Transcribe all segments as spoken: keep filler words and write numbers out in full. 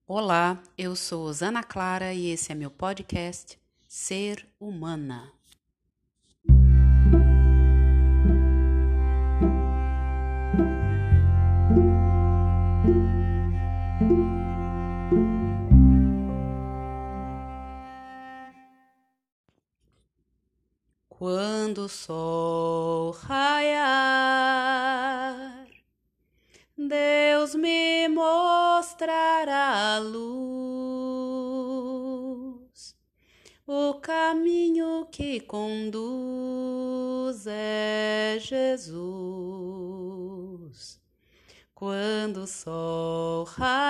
Olá, eu sou Ana Clara e esse é meu podcast Ser Humana. Quando o sol raiar, Deus me mostrará a luz, o caminho que conduz é Jesus. Quando o sol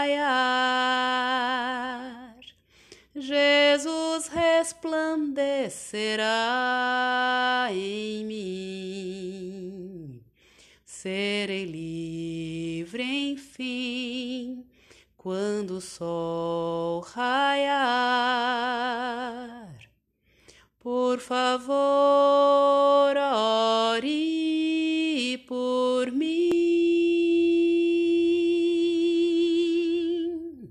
raiar, Jesus resplandecerá em mim. Serei livre, enfim, quando o sol raiar. Por favor, ore por mim.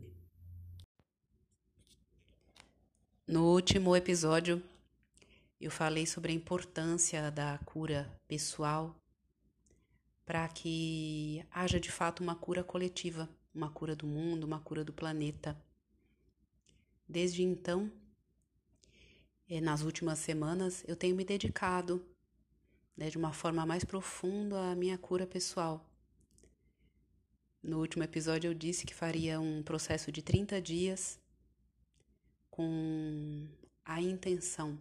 No último episódio, eu falei sobre a importância da cura pessoal para que haja de fato uma cura coletiva, uma cura do mundo, uma cura do planeta. Desde então, nas últimas semanas, eu tenho me dedicado, né, de uma forma mais profunda à minha cura pessoal. No último episódio eu disse que faria um processo de trinta dias com a intenção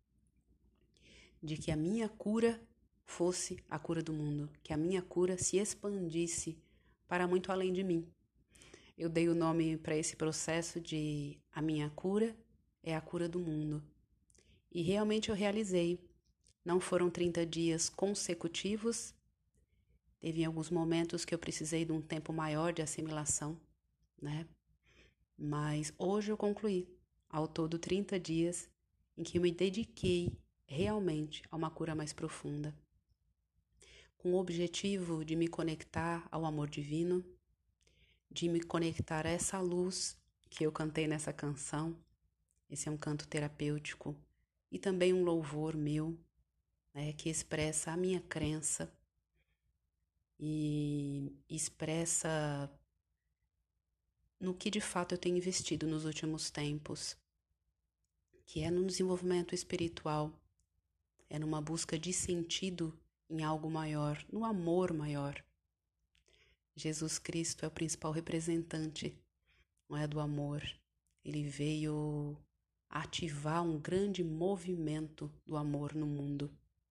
de que a minha cura fosse a cura do mundo, que a minha cura se expandisse para muito além de mim. Eu dei o nome para esse processo de a minha cura é a cura do mundo. E realmente eu realizei. Não foram trinta dias consecutivos. Teve alguns momentos que eu precisei de um tempo maior de assimilação, né? Mas hoje eu concluí, ao todo trinta dias, em que eu me dediquei realmente a uma cura mais profunda, com o objetivo de me conectar ao amor divino, de me conectar a essa luz que eu cantei nessa canção. Esse é um canto terapêutico e também um louvor meu, né, que expressa a minha crença e expressa no que de fato eu tenho investido nos últimos tempos, que é no desenvolvimento espiritual, é numa busca de sentido em algo maior, no amor maior. Jesus Cristo é o principal representante, não é, do amor. Ele veio ativar um grande movimento do amor no mundo.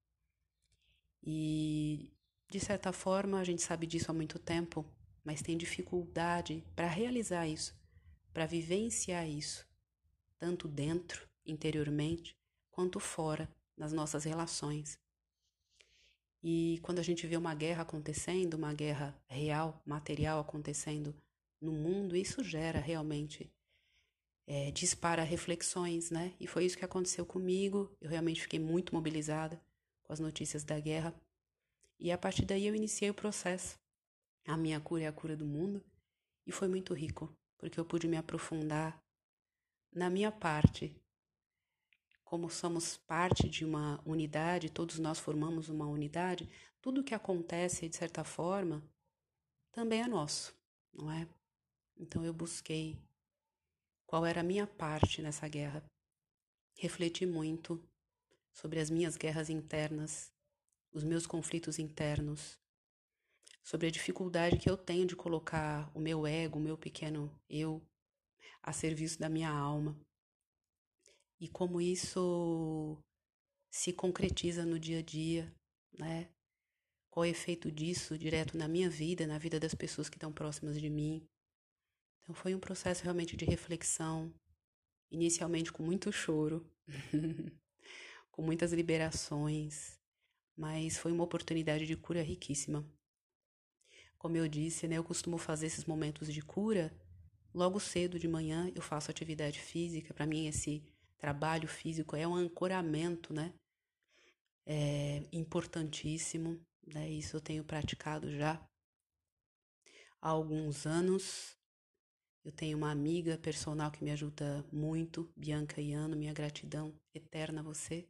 E, de certa forma, a gente sabe disso há muito tempo, mas tem dificuldade para realizar isso, para vivenciar isso, tanto dentro, interiormente, quanto fora, nas nossas relações. E quando a gente vê uma guerra acontecendo, uma guerra real, material acontecendo no mundo, isso gera realmente, é, dispara reflexões, né? E foi isso que aconteceu comigo. Eu realmente fiquei muito mobilizada com as notícias da guerra. E a partir daí eu iniciei o processo. A minha cura é a cura do mundo. E foi muito rico, porque eu pude me aprofundar na minha parte. Como somos parte de uma unidade, todos nós formamos uma unidade, tudo o que acontece, de certa forma, também é nosso, não é? Então eu busquei qual era a minha parte nessa guerra. Refleti muito sobre as minhas guerras internas, os meus conflitos internos, sobre a dificuldade que eu tenho de colocar o meu ego, o meu pequeno eu, a serviço da minha alma. E como isso se concretiza no dia a dia, né? Qual é o efeito disso direto na minha vida, na vida das pessoas que estão próximas de mim. Então foi um processo realmente de reflexão, inicialmente com muito choro, com muitas liberações, mas foi uma oportunidade de cura riquíssima. Como eu disse, né, eu costumo fazer esses momentos de cura logo cedo de manhã. Eu faço atividade física. Para mim esse trabalho físico é um ancoramento, né? É importantíssimo, né? Isso eu tenho praticado já há alguns anos. Eu tenho uma amiga personal que me ajuda muito, Bianca Iano, minha gratidão eterna a você,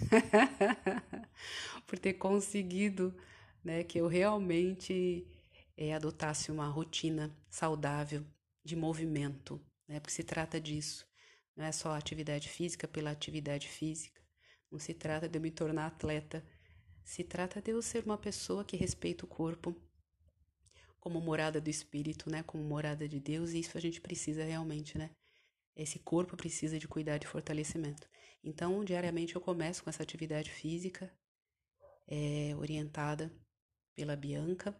por ter conseguido, né, que eu realmente é, adotasse uma rotina saudável de movimento, né, porque se trata disso. Não é só atividade física pela atividade física, não se trata de eu me tornar atleta, se trata de eu ser uma pessoa que respeita o corpo como morada do Espírito, né, como morada de Deus, e isso a gente precisa realmente, né? Esse corpo precisa de cuidado e fortalecimento. Então, diariamente eu começo com essa atividade física, é, orientada pela Bianca,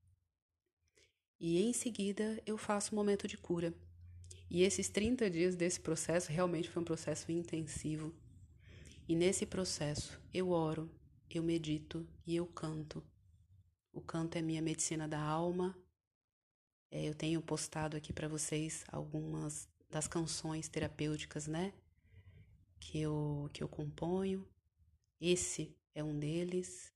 e em seguida eu faço um momento de cura. E esses trinta dias desse processo realmente foi um processo intensivo. E nesse processo eu oro, eu medito e eu canto. O canto é minha medicina da alma. É, eu tenho postado aqui para vocês algumas das canções terapêuticas, né? Que eu, que eu componho. Esse é um deles.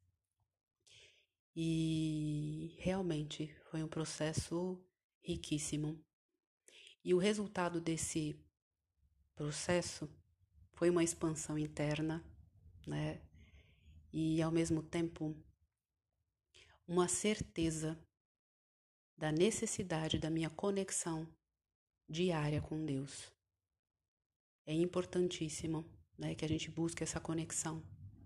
E realmente foi um processo riquíssimo. E o resultado desse processo foi uma expansão interna, né? E ao mesmo tempo uma certeza da necessidade da minha conexão diária com Deus. É importantíssimo, né, que a gente busque essa conexão.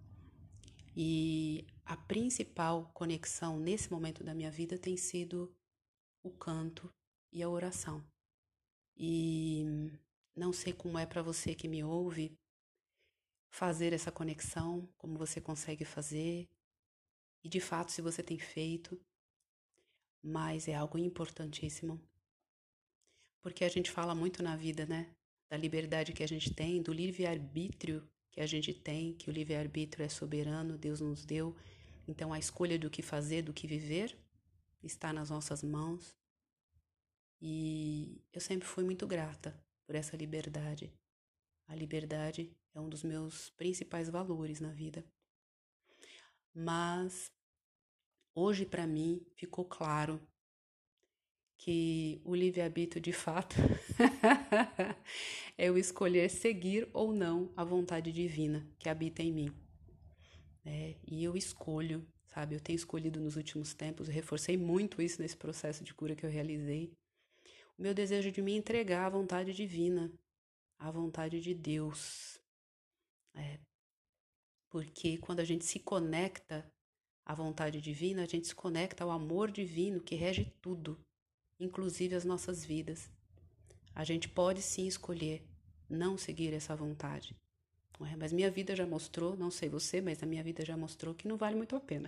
E a principal conexão nesse momento da minha vida tem sido o canto e a oração. E não sei como é para você que me ouve fazer essa conexão, como você consegue fazer, e de fato se você tem feito, mas é algo importantíssimo. Porque a gente fala muito na vida, né? Da liberdade que a gente tem, do livre-arbítrio que a gente tem, que o livre-arbítrio é soberano, Deus nos deu. Então a escolha do que fazer, do que viver, está nas nossas mãos. E eu sempre fui muito grata por essa liberdade. A liberdade é um dos meus principais valores na vida. Mas hoje para mim ficou claro que o livre-arbítrio de fato é eu escolher seguir ou não a vontade divina que habita em mim. É, e eu escolho, sabe? Eu tenho escolhido nos últimos tempos, eu reforcei muito isso nesse processo de cura que eu realizei. O meu desejo de me entregar à vontade divina, à vontade de Deus. É, porque quando a gente se conecta à vontade divina, a gente se conecta ao amor divino que rege tudo, inclusive as nossas vidas. A gente pode sim escolher não seguir essa vontade. Não é? Mas minha vida já mostrou, não sei você, mas a minha vida já mostrou que não vale muito a pena.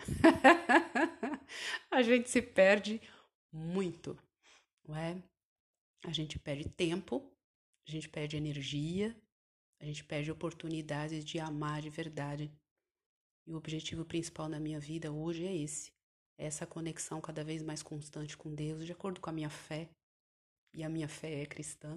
A gente se perde muito, não é? A gente perde tempo, a gente perde energia, a gente perde oportunidades de amar de verdade. E o objetivo principal na minha vida hoje é esse. É essa conexão cada vez mais constante com Deus, de acordo com a minha fé. E a minha fé é cristã.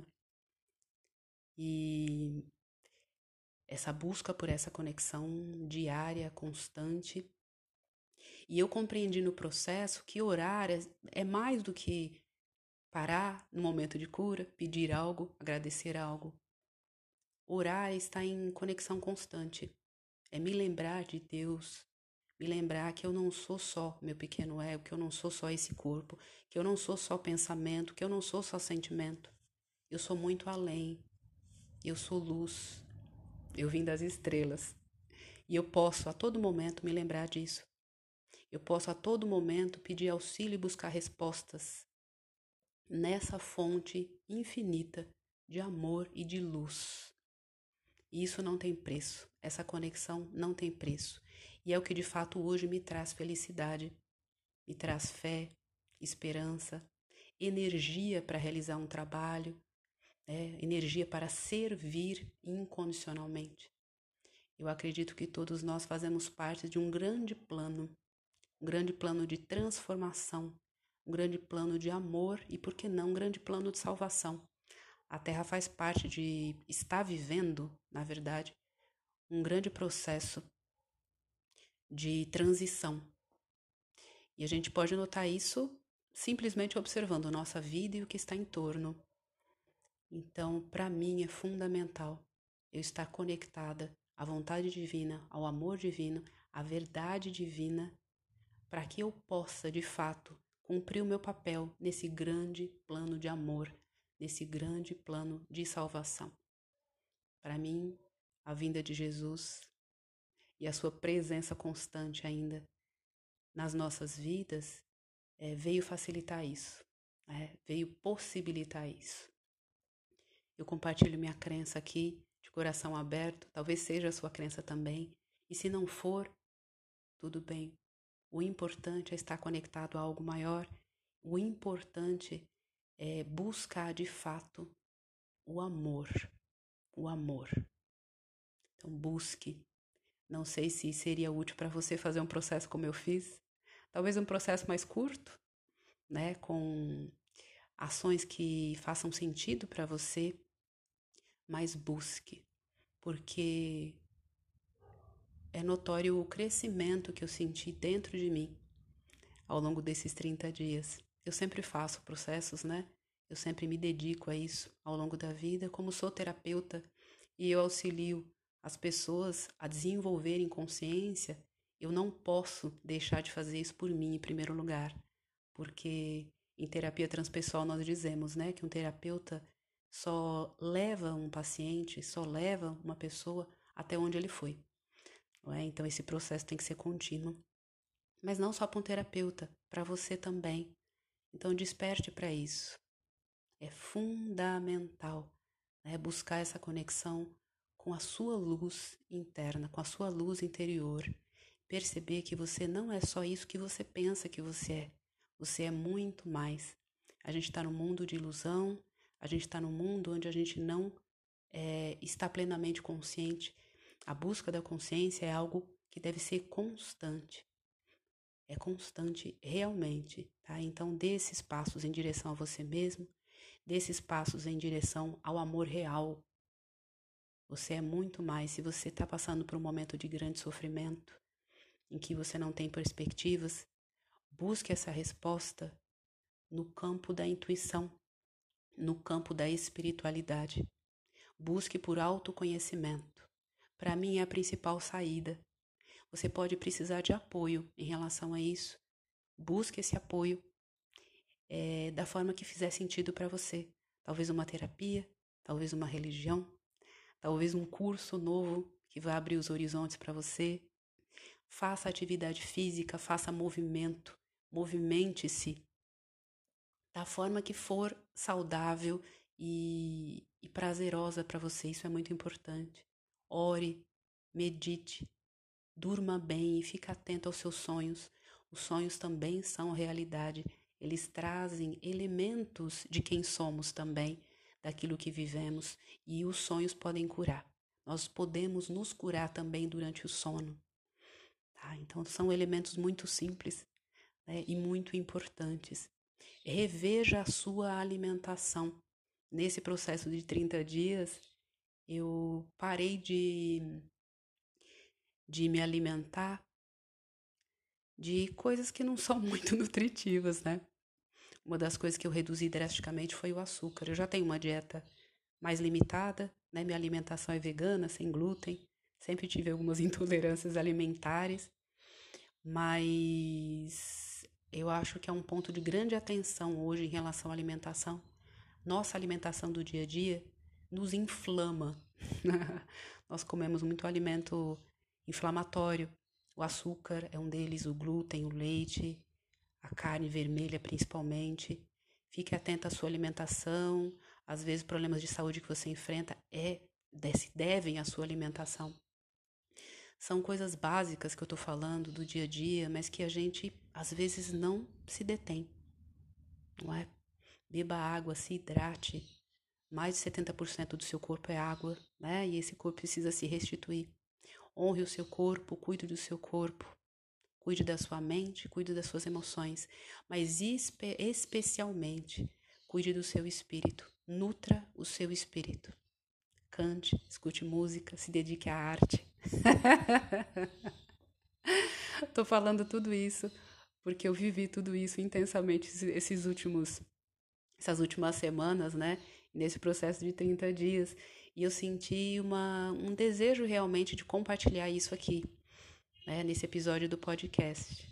E essa busca por essa conexão diária, constante. E eu compreendi no processo que orar é, é mais do que parar no momento de cura, pedir algo, agradecer algo. Orar é estar em conexão constante. É me lembrar de Deus, me lembrar que eu não sou só meu pequeno ego, que eu não sou só esse corpo, que eu não sou só pensamento, que eu não sou só sentimento. Eu sou muito além. Eu sou luz. Eu vim das estrelas. E eu posso a todo momento me lembrar disso. Eu posso a todo momento pedir auxílio e buscar respostas nessa fonte infinita de amor e de luz. E isso não tem preço. Essa conexão não tem preço. E é o que de fato hoje me traz felicidade, me traz fé, esperança, energia para realizar um trabalho, né? Energia para servir incondicionalmente. Eu acredito que todos nós fazemos parte de um grande plano, um grande plano de transformação, um grande plano de amor e, por que não, um grande plano de salvação. A Terra faz parte de estar vivendo, na verdade, um grande processo de transição. E a gente pode notar isso simplesmente observando nossa vida e o que está em torno. Então, para mim é fundamental eu estar conectada à vontade divina, ao amor divino, à verdade divina, para que eu possa, de fato, cumprir o meu papel nesse grande plano de amor, nesse grande plano de salvação. Para mim, a vinda de Jesus e a sua presença constante ainda nas nossas vidas é, veio facilitar isso, né? Veio possibilitar isso. Eu compartilho minha crença aqui, de coração aberto, talvez seja a sua crença também, e se não for, tudo bem. O importante é estar conectado a algo maior, o importante é buscar de fato o amor, o amor. Então busque. Não sei se seria útil para você fazer um processo como eu fiz, talvez um processo mais curto, né, com ações que façam sentido para você, mas busque, porque é notório o crescimento que eu senti dentro de mim ao longo desses trinta dias. Eu sempre faço processos, né? Eu sempre me dedico a isso ao longo da vida. Como sou terapeuta e eu auxilio as pessoas a desenvolverem consciência, eu não posso deixar de fazer isso por mim em primeiro lugar, porque em terapia transpessoal nós dizemos, né, que um terapeuta só leva um paciente, só leva uma pessoa até onde ele foi. Não é? Então esse processo tem que ser contínuo. Mas não só para um terapeuta, para você também. Então desperte para isso. É fundamental, né, buscar essa conexão com a sua luz interna, com a sua luz interior. Perceber que você não é só isso que você pensa que você é. Você é muito mais. A gente está num mundo de ilusão, a gente está num mundo onde a gente não é, está plenamente consciente. A busca da consciência é algo que deve ser constante. É constante realmente, tá? Então, dê esses passos em direção a você mesmo, dê esses passos em direção ao amor real. Você é muito mais. Se você está passando por um momento de grande sofrimento, em que você não tem perspectivas, busque essa resposta no campo da intuição, no campo da espiritualidade. Busque por autoconhecimento. Para mim é a principal saída. Você pode precisar de apoio em relação a isso. Busque esse apoio é, da forma que fizer sentido para você. Talvez uma terapia, talvez uma religião, talvez um curso novo que vai abrir os horizontes para você. Faça atividade física, faça movimento, movimente-se da forma que for saudável e, e prazerosa para você. Isso é muito importante. Ore, medite, durma bem e fique atento aos seus sonhos. Os sonhos também são realidade. Eles trazem elementos de quem somos também, daquilo que vivemos, e os sonhos podem curar. Nós podemos nos curar também durante o sono. Tá? Então, são elementos muito simples, né, e muito importantes. Reveja a sua alimentação. Nesse processo de trinta dias, eu parei de, de me alimentar de coisas que não são muito nutritivas, né? Uma das coisas que eu reduzi drasticamente foi o açúcar. Eu já tenho uma dieta mais limitada, né? Minha alimentação é vegana, sem glúten. Sempre tive algumas intolerâncias alimentares, mas eu acho que é um ponto de grande atenção hoje em relação à alimentação. Nossa alimentação do dia a dia nos inflama. Nós comemos muito alimento inflamatório. O açúcar é um deles, o glúten, o leite, a carne vermelha principalmente. Fique atento à sua alimentação. Às vezes, problemas de saúde que você enfrenta é, se devem à sua alimentação. São coisas básicas que eu estou falando do dia a dia, mas que a gente, às vezes, não se detém. Não é? Beba água, se hidrate. Mais de setenta por cento do seu corpo é água, né? E esse corpo precisa se restituir. Honre o seu corpo, cuide do seu corpo. Cuide da sua mente, cuide das suas emoções. Mas espe- especialmente, cuide do seu espírito. Nutra o seu espírito. Cante, escute música, se dedique à arte. Tô falando tudo isso porque eu vivi tudo isso intensamente esses últimos, essas últimas semanas, né? nesse processo de trinta dias. E eu senti uma, um desejo realmente de compartilhar isso aqui, né, nesse episódio do podcast.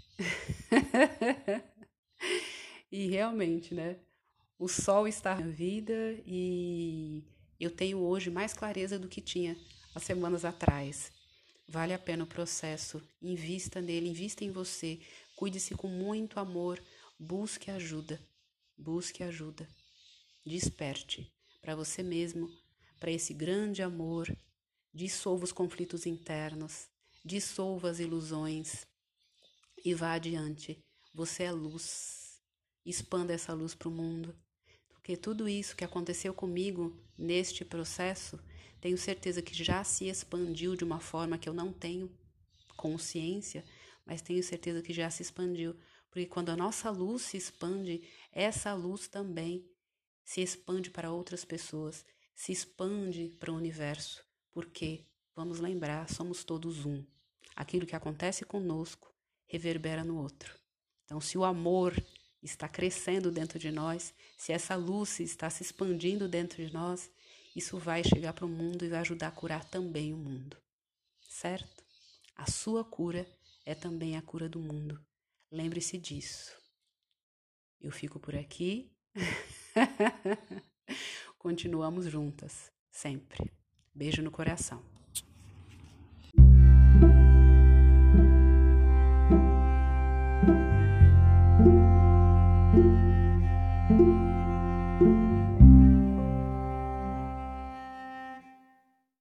E realmente, né? O sol está na vida e eu tenho hoje mais clareza do que tinha há semanas atrás. Vale a pena o processo, invista nele, invista em você, cuide-se com muito amor, busque ajuda, busque ajuda, desperte para você mesmo, para esse grande amor, dissolva os conflitos internos, dissolva as ilusões e vá adiante. Você é luz, expanda essa luz para o mundo. Porque tudo isso que aconteceu comigo neste processo, tenho certeza que já se expandiu de uma forma que eu não tenho consciência, mas tenho certeza que já se expandiu. Porque quando a nossa luz se expande, essa luz também se expande para outras pessoas, se expande para o universo. Porque, vamos lembrar, somos todos um. Aquilo que acontece conosco reverbera no outro. Então, se o amor está crescendo dentro de nós, se essa luz está se expandindo dentro de nós, isso vai chegar para o mundo e vai ajudar a curar também o mundo, certo? A sua cura é também a cura do mundo. Lembre-se disso. Eu fico por aqui. Continuamos juntas, sempre. Beijo no coração.